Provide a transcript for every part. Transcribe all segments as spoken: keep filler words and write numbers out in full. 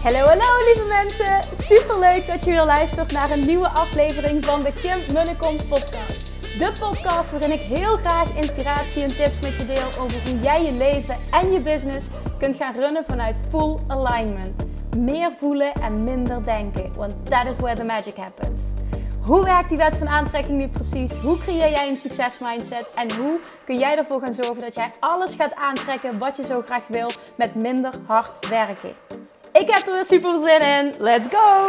Hallo, hallo lieve mensen. Super leuk dat je weer luistert naar een nieuwe aflevering van de Kim Munnekom podcast. De podcast waarin ik heel graag inspiratie en tips met je deel over hoe jij je leven en je business kunt gaan runnen vanuit full alignment. Meer voelen en minder denken, want that is where the magic happens. Hoe werkt die wet van aantrekking nu precies? Hoe creëer jij een succesmindset? En hoe kun jij ervoor gaan zorgen dat jij alles gaat aantrekken wat je zo graag wil met minder hard werken? Ik heb er weer super zin in. Let's go!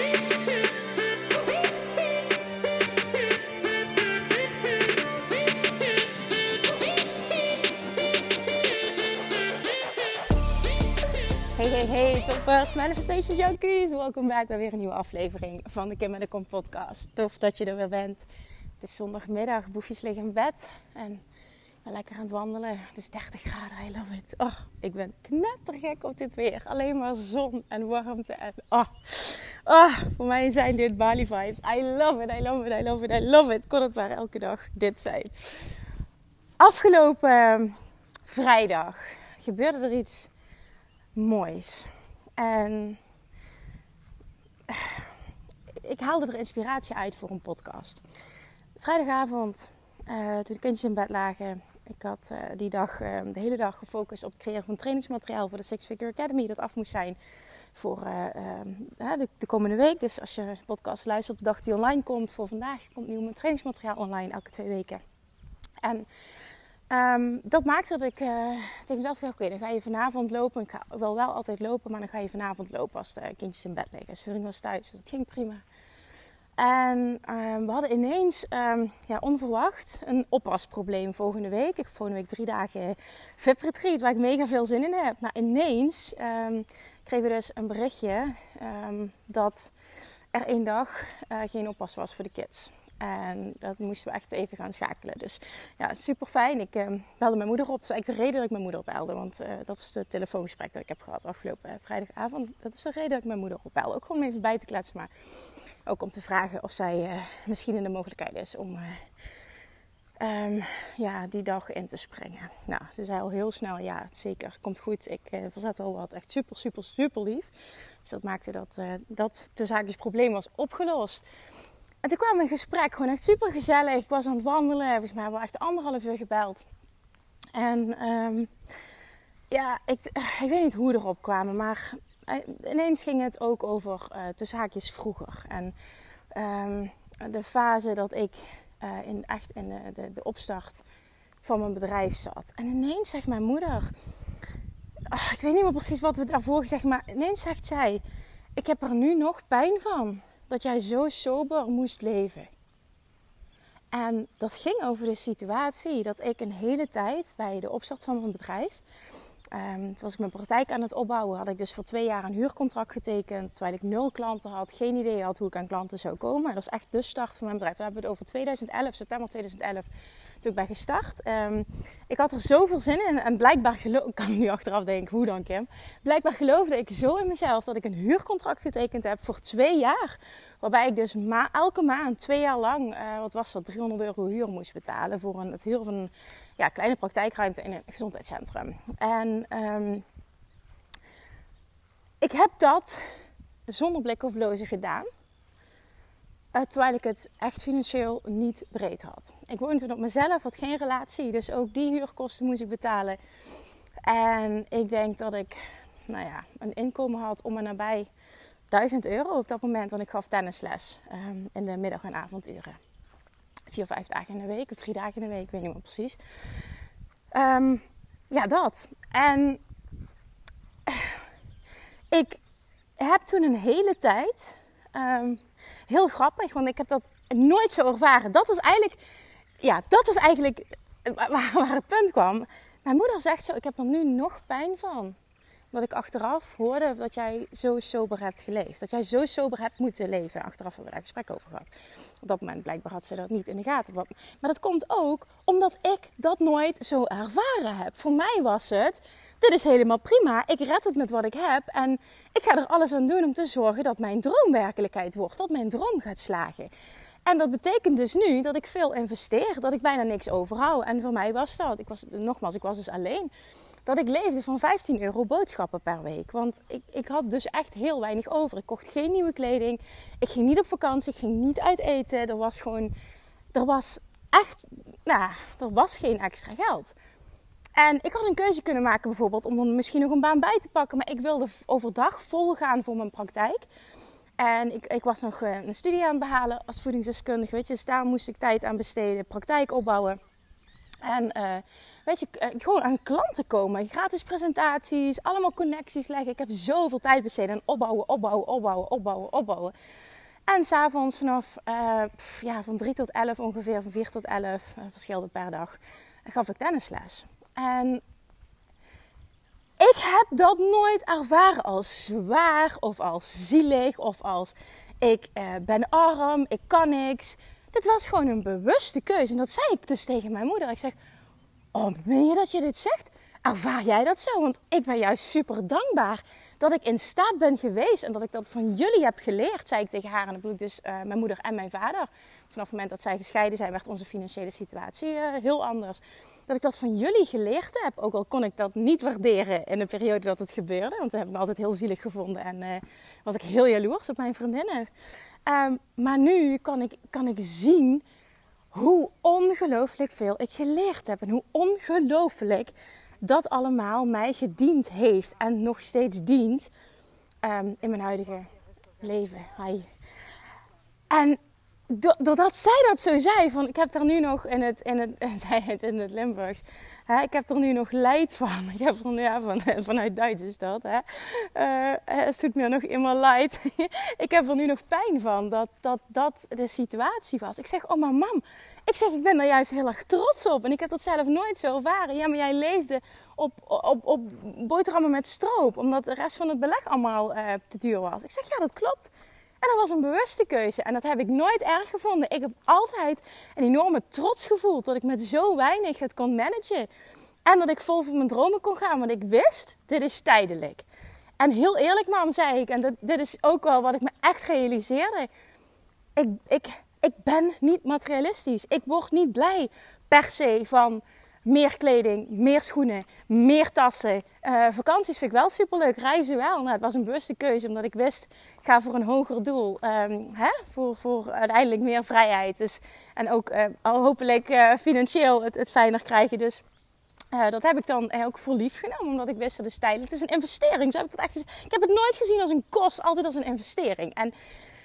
Hey, hey, hey, toppers, Manifestation Junkies. Welkom back bij weer een nieuwe aflevering van de Kim Munnekom podcast. Tof dat je er weer bent. Het is zondagmiddag, boefjes liggen in bed en ik ben lekker aan het wandelen. Het is dertig graden, I love it. Oh, ik ben knettergek op dit weer. Alleen maar zon en warmte en oh. Oh, voor mij zijn dit Bali vibes. I love it, I love it, I love it, I love it. Kon het maar elke dag dit zijn. Afgelopen vrijdag gebeurde er iets moois. En ik haalde er inspiratie uit voor een podcast. Vrijdagavond, uh, toen de kindjes in bed lagen. Ik had uh, die dag uh, de hele dag gefocust op het creëren van trainingsmateriaal voor de Six Figure Academy. Dat af moest zijn voor uh, uh, de, de komende week. Dus als je de podcast luistert de dag die online komt. Voor vandaag komt nieuw mijn trainingsmateriaal online elke twee weken. En Um, dat maakte dat ik uh, tegen mezelf zei, oké, okay, dan ga je vanavond lopen. Ik ga wel wel altijd lopen, maar dan ga je vanavond lopen als de kindjes in bed liggen. Ze was thuis, dus dat ging prima. En um, we hadden ineens, um, ja, onverwacht, een oppasprobleem volgende week. Ik heb volgende week drie dagen V I P-retreat, waar ik mega veel zin in heb. Maar ineens um, kregen we dus een berichtje um, dat er één dag uh, geen oppas was voor de kids. En dat moesten we echt even gaan schakelen. Dus ja, super fijn. Ik uh, belde mijn moeder op. Dat is eigenlijk de reden dat ik mijn moeder opbelde. Want uh, dat was het telefoongesprek dat ik heb gehad afgelopen uh, vrijdagavond. Dat is de reden dat ik mijn moeder opbelde. Ook gewoon om even bij te kletsen. Maar ook om te vragen of zij uh, misschien in de mogelijkheid is om uh, um, ja, die dag in te springen. Nou, ze zei al heel snel, ja zeker, komt goed. Ik uh, verzet al wat. Echt super, super, super lief. Dus dat maakte dat, uh, dat de zaakjes probleem was opgelost. En toen kwam een gesprek, gewoon echt super gezellig. Ik was aan het wandelen, volgens mij hebben we echt anderhalf uur gebeld. En um, ja, ik, ik weet niet hoe we erop kwamen, maar ineens ging het ook over uh, de zaakjes vroeger. En um, de fase dat ik uh, in, echt in de, de, de opstart van mijn bedrijf zat. En ineens zegt mijn moeder, oh, ik weet niet meer precies wat we daarvoor gezegd, maar ineens zegt zij, ik heb er nu nog pijn van. Dat jij zo sober moest leven. En dat ging over de situatie dat ik een hele tijd bij de opstart van mijn bedrijf. Um, toen was ik mijn praktijk aan het opbouwen. Had ik dus voor twee jaar een huurcontract getekend. Terwijl ik nul klanten had. Geen idee had hoe ik aan klanten zou komen. Dat was echt de start van mijn bedrijf. We hebben het over twintig elf, september tweeduizend elf. Toen ik ben gestart. Um, ik had er zoveel zin in. En blijkbaar geloof ik, kan nu achteraf denken, hoe dan Kim? Blijkbaar geloofde ik zo in mezelf dat ik een huurcontract getekend heb voor twee jaar. Waarbij ik dus ma- elke maand, twee jaar lang, uh, wat was dat, driehonderd euro huur moest betalen. Voor een, het huren van een ja, kleine praktijkruimte in een gezondheidscentrum. En um, ik heb dat zonder blik of blozen gedaan. Uh, terwijl ik het echt financieel niet breed had. Ik woonde toen op mezelf, had geen relatie. Dus ook die huurkosten moest ik betalen. En ik denk dat ik nou ja, een inkomen had om en nabij duizend euro op dat moment. Want ik gaf tennisles um, in de middag- en avonduren. Vier, vijf dagen in de week of drie dagen in de week. Ik weet niet meer precies. Um, ja, dat. En ik heb toen een hele tijd... Um, heel grappig, want ik heb dat nooit zo ervaren. Dat was eigenlijk, ja, dat was eigenlijk waar, waar het punt kwam. Mijn moeder zegt zo, ik heb er nu nog pijn van. Dat ik achteraf hoorde dat jij zo sober hebt geleefd. Dat jij zo sober hebt moeten leven. Achteraf hebben we daar een gesprek over gehad. Op dat moment blijkbaar had ze dat niet in de gaten. Maar dat komt ook omdat ik dat nooit zo ervaren heb. Voor mij was het, dit is helemaal prima. Ik red het met wat ik heb. En ik ga er alles aan doen om te zorgen dat mijn droom werkelijkheid wordt. Dat mijn droom gaat slagen. En dat betekent dus nu dat ik veel investeer. Dat ik bijna niks overhoud. En voor mij was dat. Ik was, nogmaals, ik was dus alleen. dat ik leefde van vijftien euro boodschappen per week. Want ik, ik had dus echt heel weinig over. Ik kocht geen nieuwe kleding. Ik ging niet op vakantie. Ik ging niet uit eten. Er was gewoon... Er was echt... Nou, er was geen extra geld. En ik had een keuze kunnen maken bijvoorbeeld om dan misschien nog een baan bij te pakken. Maar ik wilde overdag vol gaan voor mijn praktijk. En ik, ik was nog een studie aan het behalen als voedingsdeskundige. Weet je, dus daar moest ik tijd aan besteden. Praktijk opbouwen. En uh, weet je, gewoon aan klanten komen. Gratis presentaties, allemaal connecties leggen. Ik heb zoveel tijd besteed aan opbouwen, opbouwen, opbouwen, opbouwen, opbouwen. En s'avonds vanaf uh, pff, ja, van drie tot elf ongeveer, van vier tot elf, uh, verschilde per dag, gaf ik tennisles. En ik heb dat nooit ervaren als zwaar of als zielig of als ik uh, ben arm, ik kan niks. Dit was gewoon een bewuste keuze. En dat zei ik dus tegen mijn moeder. Ik zeg, oh, meen je dat je dit zegt? Ervaar jij dat zo? Want ik ben juist super dankbaar dat ik in staat ben geweest en dat ik dat van jullie heb geleerd, zei ik tegen haar. En dat bedoel ik dus uh, mijn moeder en mijn vader. Vanaf het moment dat zij gescheiden zijn, werd onze financiële situatie uh, heel anders. Dat ik dat van jullie geleerd heb. Ook al kon ik dat niet waarderen in de periode dat het gebeurde. Want dat heb ik me altijd heel zielig gevonden. En uh, was ik heel jaloers op mijn vriendinnen. Um, maar nu kan ik, kan ik zien hoe ongelooflijk veel ik geleerd heb. En hoe ongelooflijk dat allemaal mij gediend heeft. En nog steeds dient um, in mijn huidige leven. Hi. En doordat zij dat zo zei, van ik heb daar nu nog in het, in het, zei het in het Limburgs, hè, ik heb er nu nog leid van. Ik heb er, ja, van vanuit Duits is dat. Hè. Uh, het doet me nog immer leid. Ik heb er nu nog pijn van dat, dat dat de situatie was. Ik zeg, oh maar mam, ik zeg, ik ben daar juist heel erg trots op. En ik heb dat zelf nooit zo ervaren. Ja, maar jij leefde op, op, op boterhammen met stroop, omdat de rest van het beleg allemaal uh, te duur was. Ik zeg, ja, dat klopt. En dat was een bewuste keuze. En dat heb ik nooit erg gevonden. Ik heb altijd een enorme trots gevoeld dat ik met zo weinig het kon managen. En dat ik vol voor mijn dromen kon gaan. Want ik wist, dit is tijdelijk. En heel eerlijk, mam, zei ik. En dat, dit is ook wel wat ik me echt realiseerde. Ik, ik, ik ben niet materialistisch. Ik word niet blij per se van meer kleding, meer schoenen, meer tassen. Uh, vakanties vind ik wel superleuk, reizen wel. Nou, het was een bewuste keuze, omdat ik wist, ik ga voor een hoger doel. Um, hè? Voor, voor uiteindelijk meer vrijheid. Dus, en ook uh, hopelijk uh, financieel het, het fijner krijgen. Dus uh, dat heb ik dan ook voor lief genomen, omdat ik wist dat het stijl. Het is een investering. Zo heb ik, dat echt gezien. Ik heb het nooit gezien als een kost, altijd als een investering. En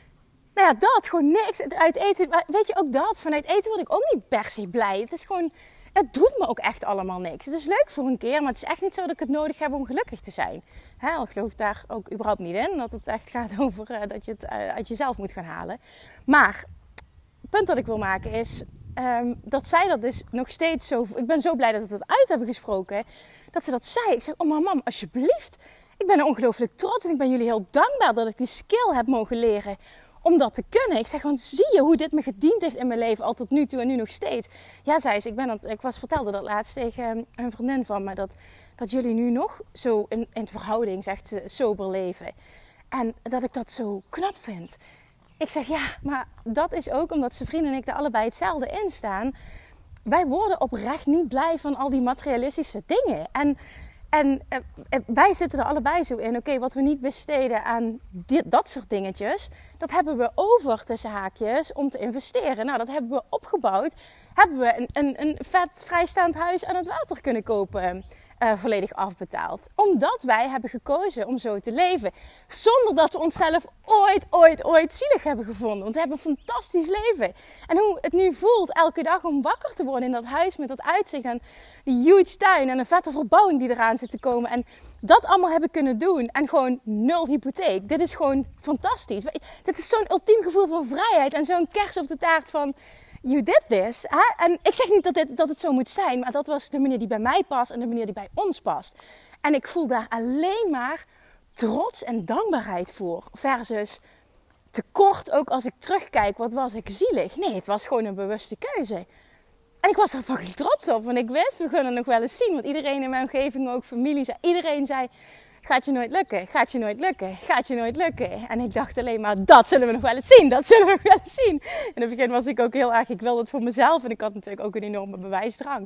nou ja, dat, gewoon niks. Uit eten, weet je, ook dat. Vanuit eten word ik ook niet per se blij. Het is gewoon... Het doet me ook echt allemaal niks. Het is leuk voor een keer, maar het is echt niet zo dat ik het nodig heb om gelukkig te zijn. Hè, ik geloof daar ook überhaupt niet in. Dat het echt gaat over uh, dat je het uh, uit jezelf moet gaan halen. Maar het punt dat ik wil maken is um, dat zij dat dus nog steeds zo... Ik ben zo blij dat we het uit hebben gesproken. Dat ze dat zei. Ik zeg, oh maar mam, alsjeblieft. Ik ben er ongelooflijk trots en ik ben jullie heel dankbaar dat ik die skill heb mogen leren om dat te kunnen. Ik zeg, want zie je hoe dit me gediend heeft in mijn leven al tot nu toe en nu nog steeds. Ja, zei ze, ik, ben aan, ik was, vertelde dat laatst tegen een vriendin van me, dat, dat jullie nu nog zo in, in verhouding, zegt ze, sober leven. En dat ik dat zo knap vind. Ik zeg, ja, maar dat is ook omdat zijn vrienden en ik er allebei hetzelfde in staan. Wij worden oprecht niet blij van al die materialistische dingen. En... En uh, wij zitten er allebei zo in. Oké, okay, wat we niet besteden aan dit, dat soort dingetjes, dat hebben we over tussen haakjes om te investeren. Nou, dat hebben we opgebouwd. Hebben we een, een, een vet vrijstaand huis aan het water kunnen kopen. Uh, volledig afbetaald. Omdat wij hebben gekozen om zo te leven. Zonder dat we onszelf ooit, ooit, ooit zielig hebben gevonden. Want we hebben een fantastisch leven. En hoe het nu voelt elke dag om wakker te worden in dat huis met dat uitzicht. En die huge tuin en een vette verbouwing die eraan zit te komen. En dat allemaal hebben kunnen doen. En gewoon nul hypotheek. Dit is gewoon fantastisch. Dit is zo'n ultiem gevoel van vrijheid. En zo'n kers op de taart van... You did this. Hè? En ik zeg niet dat, dit, dat het zo moet zijn, maar dat was de manier die bij mij past en de manier die bij ons past. En ik voel daar alleen maar trots en dankbaarheid voor. Versus tekort, ook als ik terugkijk, wat was ik zielig? Nee, het was gewoon een bewuste keuze. En ik was er fucking trots op, want ik wist, we gaan het nog wel eens zien. Want iedereen in mijn omgeving, ook familie, zei, iedereen zei... Gaat je nooit lukken, gaat je nooit lukken, gaat je nooit lukken. En ik dacht alleen maar, dat zullen we nog wel eens zien, dat zullen we nog wel eens zien. In het begin was ik ook heel erg, ik wilde het voor mezelf. En ik had natuurlijk ook een enorme bewijsdrang.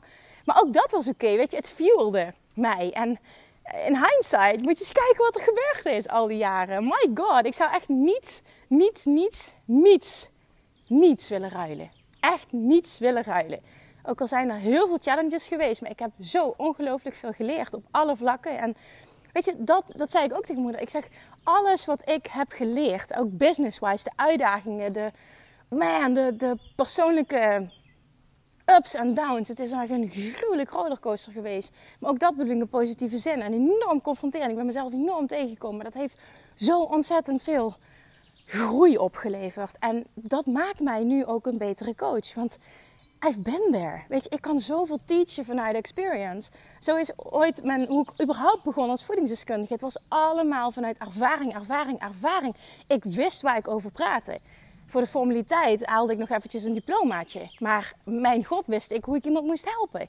Maar ook dat was oké, weet je. Het fuelde mij. En in hindsight moet je eens kijken wat er gebeurd is al die jaren. My god, ik zou echt niets, niets, niets, niets, niets willen ruilen. Echt niets willen ruilen. Ook al zijn er heel veel challenges geweest. Maar ik heb zo ongelooflijk veel geleerd op alle vlakken. En weet je, dat, dat zei ik ook tegen moeder. Ik zeg, alles wat ik heb geleerd, ook business-wise, de uitdagingen, de, man, de, de persoonlijke ups en downs. Het is eigenlijk een gruwelijk rollercoaster geweest. Maar ook dat bedoel ik in positieve zin. En enorm confronterend. Ik ben mezelf enorm tegengekomen. Maar dat heeft zo ontzettend veel groei opgeleverd. En dat maakt mij nu ook een betere coach. Want I've been there. Weet je, ik kan zoveel teachen vanuit experience. Zo is ooit mijn, hoe ik überhaupt begon als voedingsdeskundige. Het was allemaal vanuit ervaring, ervaring, ervaring. Ik wist waar ik over praatte. Voor de formaliteit haalde ik nog eventjes een diplomaatje. Maar mijn god wist ik hoe ik iemand moest helpen.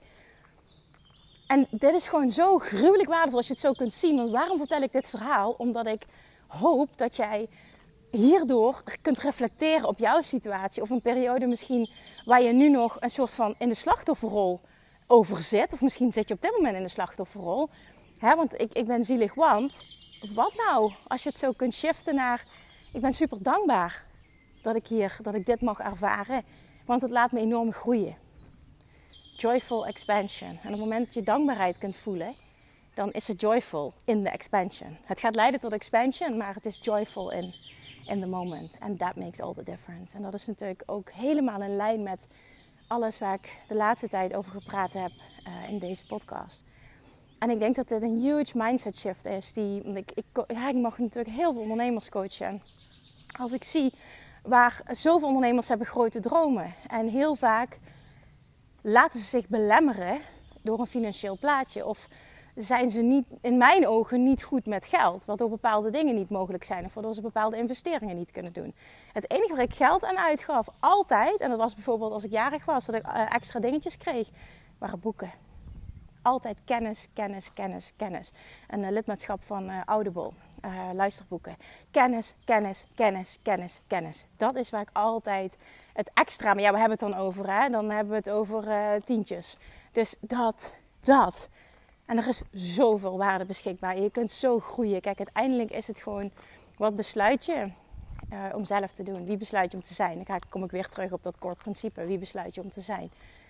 En dit is gewoon zo gruwelijk waardevol als je het zo kunt zien. Want waarom vertel ik dit verhaal? Omdat ik hoop dat jij hierdoor kunt reflecteren op jouw situatie. Of een periode misschien waar je nu nog een soort van in de slachtofferrol over zit. Of misschien zit je op dit moment in de slachtofferrol. He, want ik, ik ben zielig, want wat nou als je het zo kunt shiften naar ik ben super dankbaar dat ik hier, dat ik dit mag ervaren. Want het laat me enorm groeien. Joyful expansion. En op het moment dat je dankbaarheid kunt voelen, dan is het joyful in the expansion. Het gaat leiden tot expansion, maar het is joyful in, in the moment. And that makes all the difference. En dat is natuurlijk ook helemaal in lijn met alles waar ik de laatste tijd over gepraat heb uh, in deze podcast. En ik denk dat dit een huge mindset shift is. Die, ik, ik, ja, ik mag natuurlijk heel veel ondernemers coachen. Als ik zie waar zoveel ondernemers hebben grote dromen. En heel vaak laten ze zich belemmeren door een financieel plaatje. Of zijn ze niet, in mijn ogen niet goed met geld. Waardoor bepaalde dingen niet mogelijk zijn. Of waardoor ze bepaalde investeringen niet kunnen doen. Het enige waar ik geld aan uitgaf, altijd. En dat was bijvoorbeeld als ik jarig was, dat ik extra dingetjes kreeg. Waren boeken. Altijd kennis, kennis, kennis, kennis. Een uh, lidmaatschap van uh, Audible. Uh, luisterboeken. Kennis, kennis, kennis, kennis, kennis. Dat is waar ik altijd het extra... Maar ja, we hebben het dan over, hè. Dan hebben we het over uh, tientjes. Dus dat, dat. En er is zoveel waarde beschikbaar. Je kunt zo groeien. Kijk, uiteindelijk is het gewoon... Wat besluit je uh, om zelf te doen? Wie besluit je om te zijn? Dan kom ik weer terug op dat kort principe. Wie besluit je om te zijn?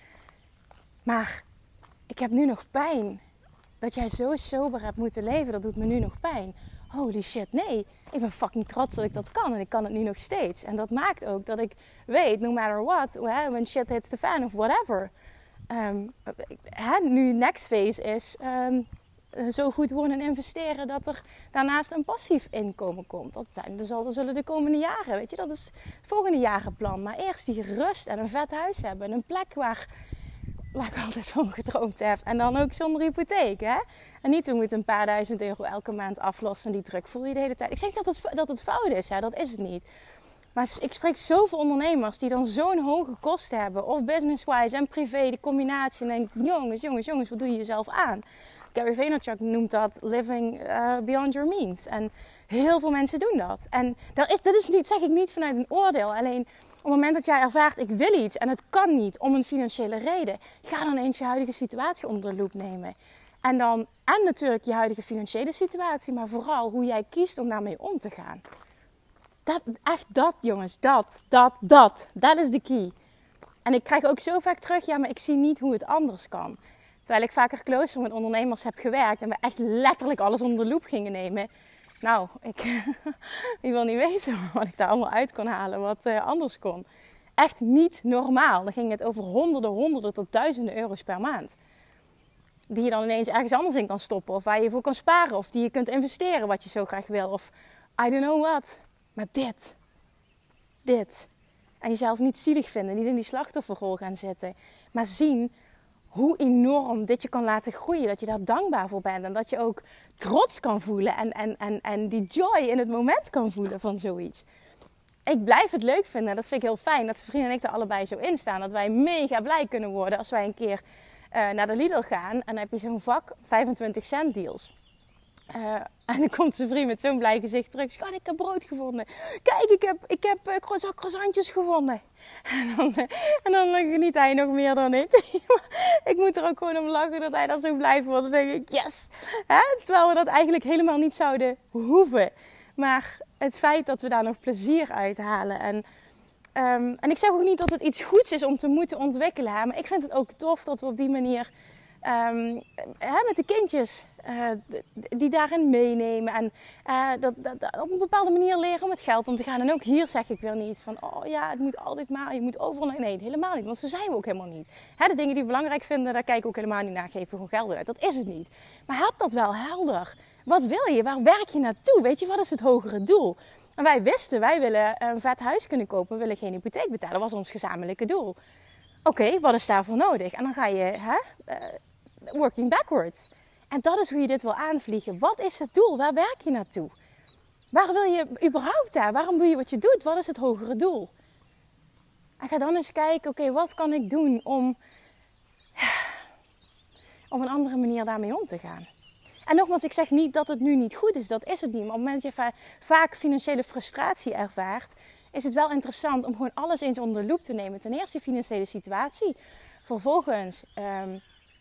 Maar ik heb nu nog pijn. Dat jij zo sober hebt moeten leven, dat doet me nu nog pijn. Holy shit, nee. Ik ben fucking trots dat ik dat kan. En ik kan het nu nog steeds. En dat maakt ook dat ik weet, no matter what, when shit hits the fan of whatever. Um, hè, nu next phase is um, zo goed worden en investeren dat er daarnaast een passief inkomen komt. Dat zijn dus al, dat zullen de komende jaren, weet je. Dat is het volgende jarenplan. Maar eerst die rust en een vet huis hebben. Een plek waar... waar ik altijd van gedroomd heb. En dan ook zonder hypotheek, hè. En niet, we moeten een paar duizend euro elke maand aflossen. En die druk voel je de hele tijd. Ik zeg dat het, dat het fout is, hè. Dat is het niet. Maar ik spreek zoveel ondernemers die dan zo'n hoge kosten hebben. Of business-wise en privé, de combinatie. En denk, jongens, jongens, jongens, wat doe je jezelf aan? Gary Vaynerchuk noemt dat living uh, beyond your means. En heel veel mensen doen dat. En dat is, dat is niet, zeg ik niet vanuit een oordeel. Alleen op het moment dat jij ervaart, ik wil iets en het kan niet om een financiële reden. Ga dan eens je huidige situatie onder de loep nemen. En dan, en natuurlijk je huidige financiële situatie, maar vooral hoe jij kiest om daarmee om te gaan. Dat, echt dat jongens, dat, dat, dat. Dat is de key. En ik krijg ook zo vaak terug, ja maar ik zie niet hoe het anders kan. Terwijl ik vaker closer met ondernemers heb gewerkt en we echt letterlijk alles onder de loep gingen nemen. Nou, ik, ik wil niet weten wat ik daar allemaal uit kon halen, wat uh, anders kon. Echt niet normaal. Dan ging het over honderden, honderden tot duizenden euro's per maand. Die je dan ineens ergens anders in kan stoppen. Of waar je voor kan sparen. Of die je kunt investeren wat je zo graag wil. Of I don't know what. Maar dit. Dit. En jezelf niet zielig vinden. Niet in die slachtofferrol gaan zitten. Maar zien hoe enorm dit je kan laten groeien. Dat je daar dankbaar voor bent. En dat je ook trots kan voelen. En, en, en, en die joy in het moment kan voelen van zoiets. Ik blijf het leuk vinden. Dat vind ik heel fijn. Dat zijn vrienden en ik er allebei zo in staan. Dat wij mega blij kunnen worden als wij een keer uh, naar de Lidl gaan. En dan heb je zo'n vak vijfentwintig cent deals. Uh, en dan komt zijn vriend met zo'n blij gezicht terug. Schat, ik heb brood gevonden. Kijk, ik heb, ik heb uh, croissant, croissantjes gevonden. En dan, uh, en dan geniet hij nog meer dan ik. Ik moet er ook gewoon om lachen dat hij dan zo blij wordt. Dan denk ik, yes! Hè? Terwijl we dat eigenlijk helemaal niet zouden hoeven. Maar het feit dat we daar nog plezier uit halen. En, um, en ik zeg ook niet dat het iets goeds is om te moeten ontwikkelen. Hè? Maar ik vind het ook tof dat we op die manier... Um, hè, met de kindjes uh, die daarin meenemen en uh, dat, dat, dat op een bepaalde manier leren om met geld om te gaan. En ook hier zeg ik weer niet van, oh ja, het moet altijd maar, je moet overal... Nee, helemaal niet, want zo zijn we ook helemaal niet. Hè, de dingen die we belangrijk vinden, daar kijken we ook helemaal niet naar, geven we gewoon geld uit. Dat is het niet. Maar heb dat wel helder. Wat wil je? Waar werk je naartoe? Weet je, wat is het hogere doel? En wij wisten, wij willen een vet huis kunnen kopen, we willen geen hypotheek betalen. Dat was ons gezamenlijke doel. Oké, okay, wat is daarvoor nodig? En dan ga je... Hè, uh, working backwards. En dat is hoe je dit wil aanvliegen. Wat is het doel? Waar werk je naartoe? Waar wil je überhaupt daar? Waarom doe je wat je doet? Wat is het hogere doel? En ga dan eens kijken, oké, okay, wat kan ik doen om op een andere manier daarmee om te gaan? En nogmaals, ik zeg niet dat het nu niet goed is. Dat is het niet. Maar op het moment dat je va- vaak financiële frustratie ervaart, is het wel interessant om gewoon alles eens onder de loep te nemen. Ten eerste je financiële situatie. Vervolgens... Um,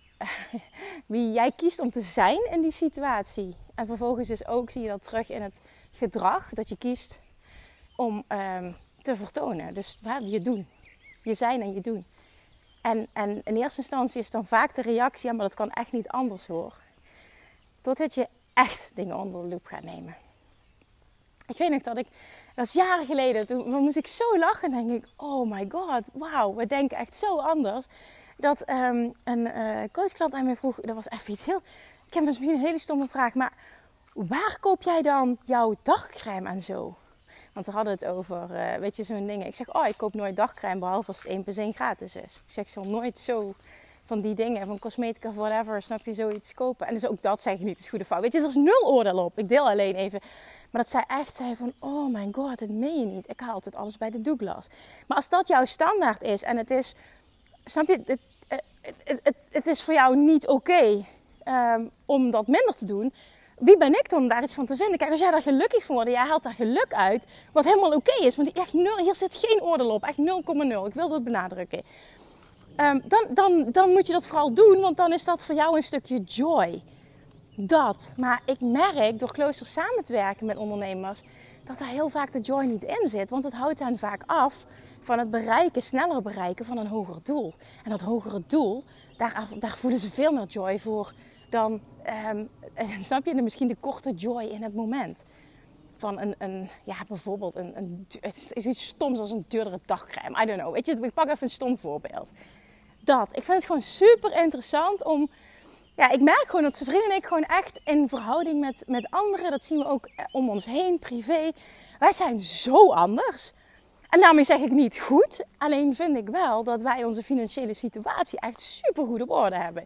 wie jij kiest om te zijn in die situatie. En vervolgens dus ook zie je dat terug in het gedrag dat je kiest om um, te vertonen. Dus ja, je doen. Je zijn en je doen. En, en in eerste instantie is dan vaak de reactie, ja, maar dat kan echt niet anders hoor. Totdat je echt dingen onder de loep gaat nemen. Ik weet nog dat ik, dat was jaren geleden, toen moest ik zo lachen en denk ik, oh my god, wauw, we denken echt zo anders. Dat um, een uh, coachklant aan mij vroeg, dat was even iets heel... Ik heb misschien een hele stomme vraag, maar waar koop jij dan jouw dagcrème en zo? Want we hadden het over, uh, weet je, zo'n dingen. Ik zeg, oh, ik koop nooit dagcrème, behalve als het één plus één gratis is. Ik zeg, ik zal nooit zo van die dingen, van cosmetica of whatever, snap je, zoiets kopen. En dus ook dat zeg ik niet, is goede fout. Weet je, er is nul oordeel op. Ik deel alleen even. Maar dat zij echt zei van, oh my god, dat meen je niet. Ik haal altijd alles bij de Douglas. Maar als dat jouw standaard is en het is, snap je... Het, Het, het, het is voor jou niet oké okay, um, om dat minder te doen. Wie ben ik dan om daar iets van te vinden? Kijk, als jij daar gelukkig van wordt, jij haalt daar geluk uit, wat helemaal oké okay is. Want echt nul, hier zit geen oordeel op, echt nul komma nul. Ik wil dat benadrukken. Um, dan, dan, dan moet je dat vooral doen, want dan is dat voor jou een stukje joy. Dat. Maar ik merk, door closer samen te werken met ondernemers, dat daar heel vaak de joy niet in zit. Want het houdt hen vaak af van het bereiken, sneller bereiken van een hoger doel. En dat hogere doel, daar, daar voelen ze veel meer joy voor dan, um, snap je, misschien de korte joy in het moment. Van een, een ja, bijvoorbeeld, een, een, het is iets stoms als een duurdere dagcrème. I don't know, weet je, ik pak even een stom voorbeeld. Dat, ik vind het gewoon super interessant om... Ja, ik merk gewoon dat zijn vrienden en ik gewoon echt in verhouding met, met anderen, dat zien we ook om ons heen, privé. Wij zijn zo anders. En daarmee zeg ik niet goed, alleen vind ik wel dat wij onze financiële situatie echt super goed op orde hebben.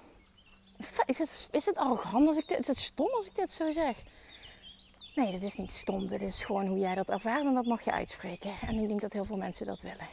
Is het, is het arrogant als ik dit, is het stom als ik dit zo zeg? Nee, dat is niet stom, dat is gewoon hoe jij dat ervaart en dat mag je uitspreken. En ik denk dat heel veel mensen dat willen.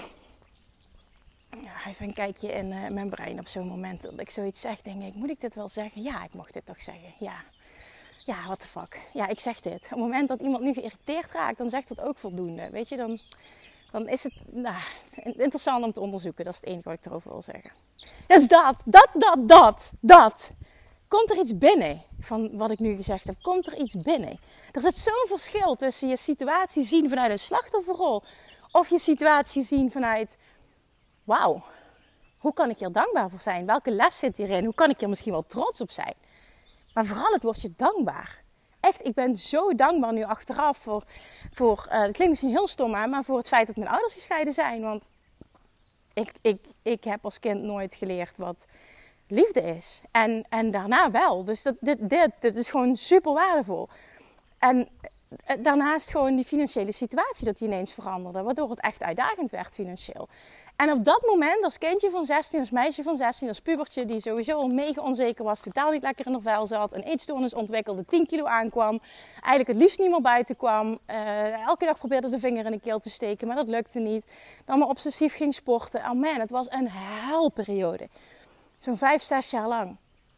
Ja, even een kijkje in uh, mijn brein op zo'n moment dat ik zoiets zeg, denk ik, moet ik dit wel zeggen? Ja, ik mag dit toch zeggen, ja. Ja, what the fuck. Ja, ik zeg dit. Op het moment dat iemand nu geïrriteerd raakt, dan zegt dat ook voldoende. Weet je, dan, dan is het nou, interessant om te onderzoeken. Dat is het enige wat ik erover wil zeggen. Dus dat, dat, dat, dat, dat. Komt er iets binnen van wat ik nu gezegd heb? Komt er iets binnen? Er zit zo'n verschil tussen je situatie zien vanuit een slachtofferrol of je situatie zien vanuit... Wauw, hoe kan ik hier dankbaar voor zijn? Welke les zit hierin? Hoe kan ik hier misschien wel trots op zijn? Maar vooral het woordje dankbaar. Echt, ik ben zo dankbaar nu achteraf voor... voor uh, het klinkt misschien heel stom, hè, maar voor het feit dat mijn ouders gescheiden zijn. Want ik, ik, ik heb als kind nooit geleerd wat liefde is. En, en daarna wel. Dus dat, dit, dit, dit is gewoon super waardevol. En daarnaast gewoon die financiële situatie dat die ineens veranderde. Waardoor het echt uitdagend werd financieel. En op dat moment, als kindje van zestien, als meisje van zestien, als pubertje die sowieso al mega onzeker was, totaal niet lekker in haar vel zat, een eetstoornis ontwikkelde, tien kilo aankwam, eigenlijk het liefst niet meer buiten kwam, uh, elke dag probeerde de vinger in de keel te steken, maar dat lukte niet. Dan maar obsessief ging sporten. Oh man, het was een helperiode. Zo'n vijf, zes jaar lang.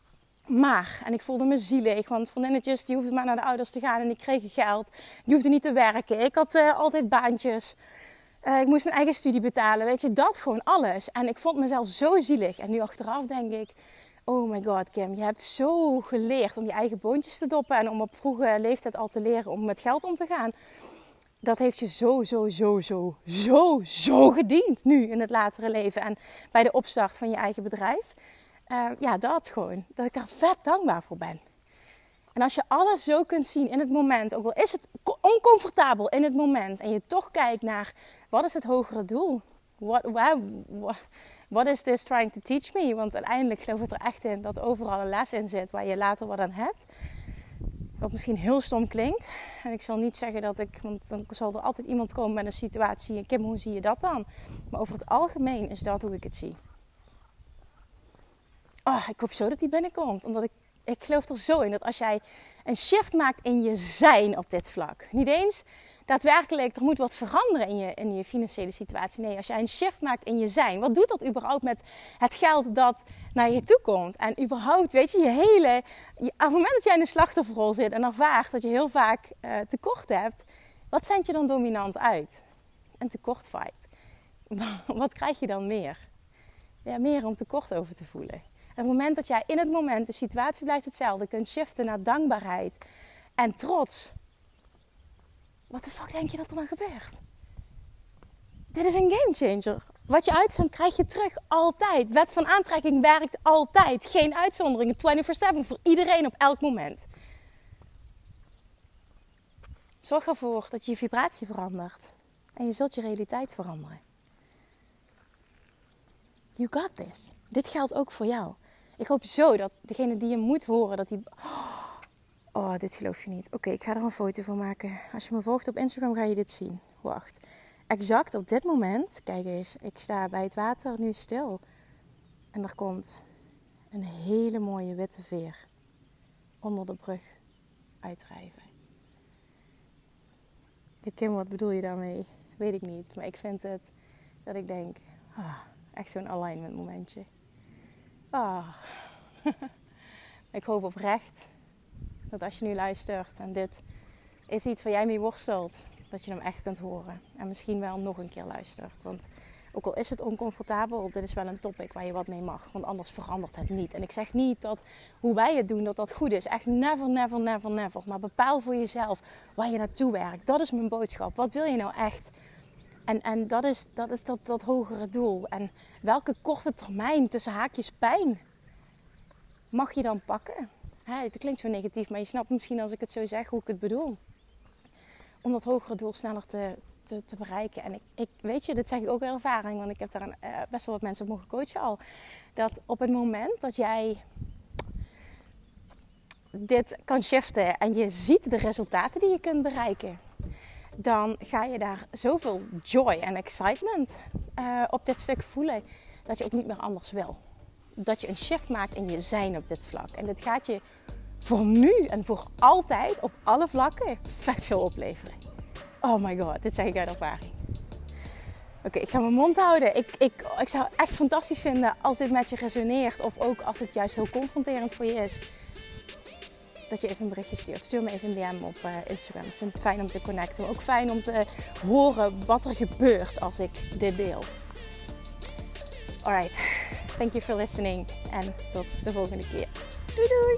Maar, en ik voelde me zielig, want vriendinnetjes die hoefden maar naar de ouders te gaan en die kregen geld. Die hoefden niet te werken. Ik had uh, altijd baantjes. Uh, ik moest mijn eigen studie betalen. Weet je, dat gewoon alles. En ik vond mezelf zo zielig. En nu achteraf denk ik, oh my god Kim, je hebt zo geleerd om je eigen boontjes te doppen. En om op vroege leeftijd al te leren om met geld om te gaan. Dat heeft je zo, zo, zo, zo, zo, zo gediend nu in het latere leven. En bij de opstart van je eigen bedrijf. Uh, ja, dat gewoon. Dat ik daar vet dankbaar voor ben. En als je alles zo kunt zien in het moment, ook al is het oncomfortabel in het moment, en je toch kijkt naar, wat is het hogere doel? What, what, what is this trying to teach me? Want uiteindelijk geloof ik er echt in dat overal een les in zit waar je later wat aan hebt. Wat misschien heel stom klinkt. En ik zal niet zeggen dat ik, want dan zal er altijd iemand komen met een situatie. Kim, hoe zie je dat dan? Maar over het algemeen is dat hoe ik het zie. Oh, ik hoop zo dat die binnenkomt. Omdat ik, ik geloof er zo in dat als jij een shift maakt in je zijn op dit vlak. Niet eens daadwerkelijk, er moet wat veranderen in je, in je financiële situatie. Nee, als jij een shift maakt in je zijn. Wat doet dat überhaupt met het geld dat naar je toe komt? En überhaupt, weet je, je hele... Je, op het moment dat jij in een slachtofferrol zit en ervaart dat je heel vaak uh, tekort hebt. Wat zend je dan dominant uit? Een tekort vibe. Wat krijg je dan meer? Ja, meer om tekort over te voelen. En op het moment dat jij in het moment, de situatie blijft hetzelfde, kunt shiften naar dankbaarheid en trots. Wat de fuck denk je dat er dan gebeurt? Dit is een game changer. Wat je uitzendt, krijg je terug. Altijd. Wet van aantrekking werkt altijd. Geen uitzonderingen. vierentwintig zeven voor iedereen op elk moment. Zorg ervoor dat je je vibratie verandert. En je zult je realiteit veranderen. You got this. Dit geldt ook voor jou. Ik hoop zo dat degene die je moet horen, dat die... Oh, dit geloof je niet. Oké, okay, ik ga er een foto van maken. Als je me volgt op Instagram ga je dit zien. Wacht. Exact op dit moment, kijk eens, ik sta bij het water nu stil. En er komt een hele mooie witte veer onder de brug uitdrijven. Kim, wat bedoel je daarmee? Weet ik niet. Maar ik vind het dat ik denk, ah, echt zo'n alignment momentje. Ah. Ik hoop oprecht dat als je nu luistert en dit is iets waar jij mee worstelt, dat je hem echt kunt horen. En misschien wel nog een keer luistert. Want ook al is het oncomfortabel, dit is wel een topic waar je wat mee mag. Want anders verandert het niet. En ik zeg niet dat hoe wij het doen, dat dat goed is. Echt never, never, never, never. Maar bepaal voor jezelf waar je naartoe werkt. Dat is mijn boodschap. Wat wil je nou echt? En, en dat is, dat, is dat, dat hogere doel. En welke korte termijn tussen haakjes pijn mag je dan pakken? Hè, het klinkt zo negatief, maar je snapt misschien als ik het zo zeg hoe ik het bedoel. Om dat hogere doel sneller te, te, te bereiken. En ik, ik, weet je, dit zeg ik ook uit ervaring, want ik heb daar een, uh, best wel wat mensen op mogen coachen al. Dat op het moment dat jij dit kan shiften en je ziet de resultaten die je kunt bereiken, dan ga je daar zoveel joy en excitement uh, op dit stuk voelen, dat je ook niet meer anders wil. Dat je een shift maakt in je zijn op dit vlak. En dit gaat je voor nu en voor altijd op alle vlakken vet veel opleveren. Oh my god, dit zeg ik uit ervaring. Oké, okay, ik ga mijn mond houden. Ik, ik, ik zou het echt fantastisch vinden als dit met je resoneert. Of ook als het juist heel confronterend voor je is. Dat je even een berichtje stuurt. Stuur me even een D M op uh, Instagram. Ik vind het fijn om te connecten. Maar ook fijn om te horen wat er gebeurt als ik dit deel. Alright. Thank you for listening. En tot de volgende keer. Doei doei.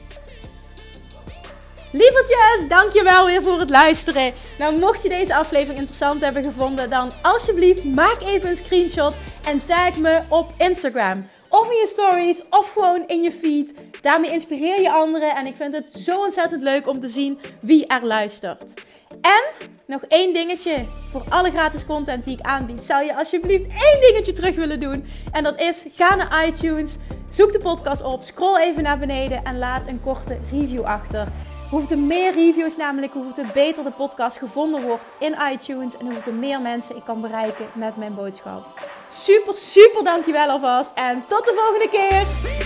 Lievertjes, dankjewel weer voor het luisteren. Nou, mocht je deze aflevering interessant hebben gevonden, dan alsjeblieft maak even een screenshot en tag me op Instagram. Of in je stories, of gewoon in je feed. Daarmee inspireer je anderen en ik vind het zo ontzettend leuk om te zien wie er luistert. En nog één dingetje. Voor alle gratis content die ik aanbied, zou je alsjeblieft één dingetje terug willen doen. En dat is, ga naar iTunes, zoek de podcast op, scroll even naar beneden en laat een korte review achter. Hoeveel meer reviews namelijk, hoeveel beter de podcast gevonden wordt in iTunes. En hoeveel meer mensen ik kan bereiken met mijn boodschap. Super, super dankjewel alvast. En tot de volgende keer.